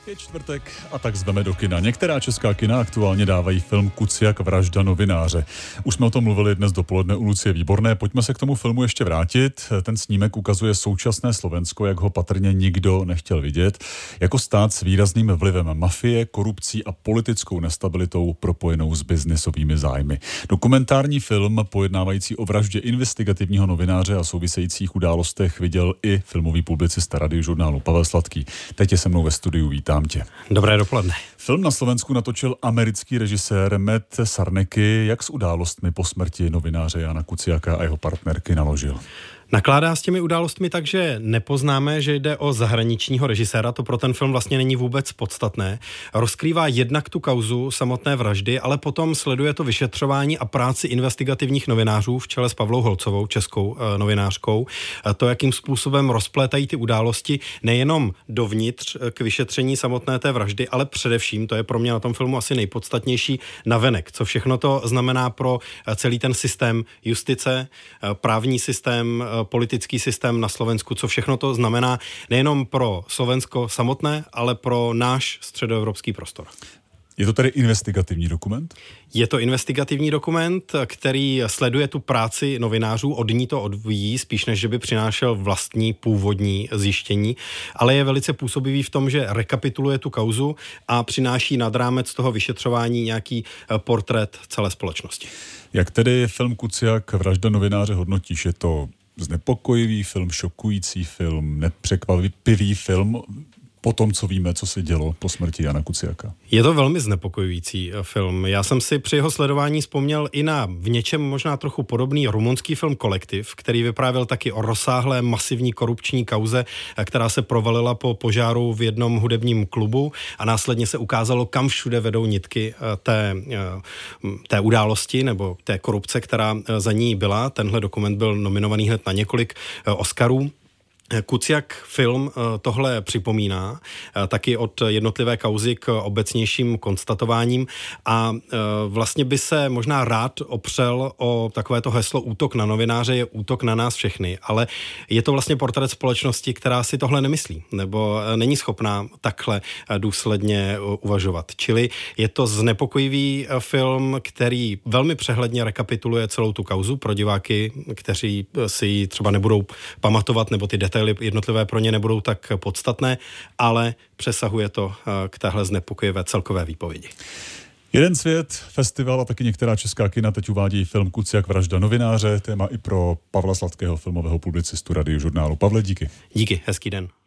Je čtvrtek a tak zveme do kina. Některá česká kina aktuálně dávají film Kuciak, vražda novináře. Už jsme o tom mluvili dnes dopoledne u Lucie Výborné. Pojďme se k tomu filmu ještě vrátit. Ten snímek ukazuje současné Slovensko, jak ho patrně nikdo nechtěl vidět, jako stát s výrazným vlivem mafie, korupcí a politickou nestabilitou propojenou s biznisovými zájmy. Dokumentární film pojednávající o vraždě investigativního novináře a souvisejících událostech viděl i filmový publicista Radiožurnálu Pavel Sladký. Teď je se mnou ve studiu, vítám tě. Dobré dopoledne. Film na Slovensku natočil americký režisér Matt Sarnecki. Jak s událostmi po smrti novináře Jana Kuciaka a jeho partnerky naložil? Nakládá s těmi událostmi tak, že nepoznáme, že jde o zahraničního režiséra, to pro ten film vlastně není vůbec podstatné. Rozkrývá jednak tu kauzu samotné vraždy, ale potom sleduje to vyšetřování a práci investigativních novinářů v čele s Pavlou Holcovou, českou novinářkou. To, jakým způsobem rozplétají ty události nejenom dovnitř k vyšetření samotné té vraždy, ale především, to je pro mě na tom filmu asi nejpodstatnější, navenek. Co všechno to znamená pro celý ten systém justice, právní systém, politický systém na Slovensku, co všechno to znamená nejenom pro Slovensko samotné, ale pro náš středoevropský prostor. Je to tedy investigativní dokument? Je to investigativní dokument, který sleduje tu práci novinářů, od ní to odvíjí, spíš než že by přinášel vlastní původní zjištění, ale je velice působivý v tom, že rekapituluje tu kauzu a přináší nad rámec toho vyšetřování nějaký portrét celé společnosti. Jak tedy film Kuciak, vražda novináře hodnotíš? Je to znepokojivý film, šokující film, nepřekvapivý film po tom, co víme, co se dělo po smrti Jana Kuciaka? Je to velmi znepokojující film. Já jsem si při jeho sledování vzpomněl i na v něčem možná trochu podobný rumunský film Kolektiv, který vyprávěl taky o rozsáhlé masivní korupční kauze, která se provalila po požáru v jednom hudebním klubu a následně se ukázalo, kam všude vedou nitky té události nebo té korupce, která za ní byla. Tenhle dokument byl nominovaný hned na několik Oscarů. Kuciak film tohle připomíná, taky od jednotlivé kauzy k obecnějším konstatováním a vlastně by se možná rád opřel o takovéto heslo útok na novináře je útok na nás všechny, ale je to vlastně portrét společnosti, která si tohle nemyslí, nebo není schopná takhle důsledně uvažovat. Čili je to znepokojivý film, který velmi přehledně rekapituluje celou tu kauzu pro diváky, kteří si ji třeba nebudou pamatovat, nebo ty detaily jednotlivé pro ně nebudou tak podstatné, ale přesahuje to k téhle znepokojivé celkové výpovědi. Jeden svět, festival a taky některá česká kina teď uvádí film Kuciak, vražda novináře, téma i pro Pavla Sladkého, filmového publicistu Radiožurnálu. Pavle, díky. Díky, hezký den.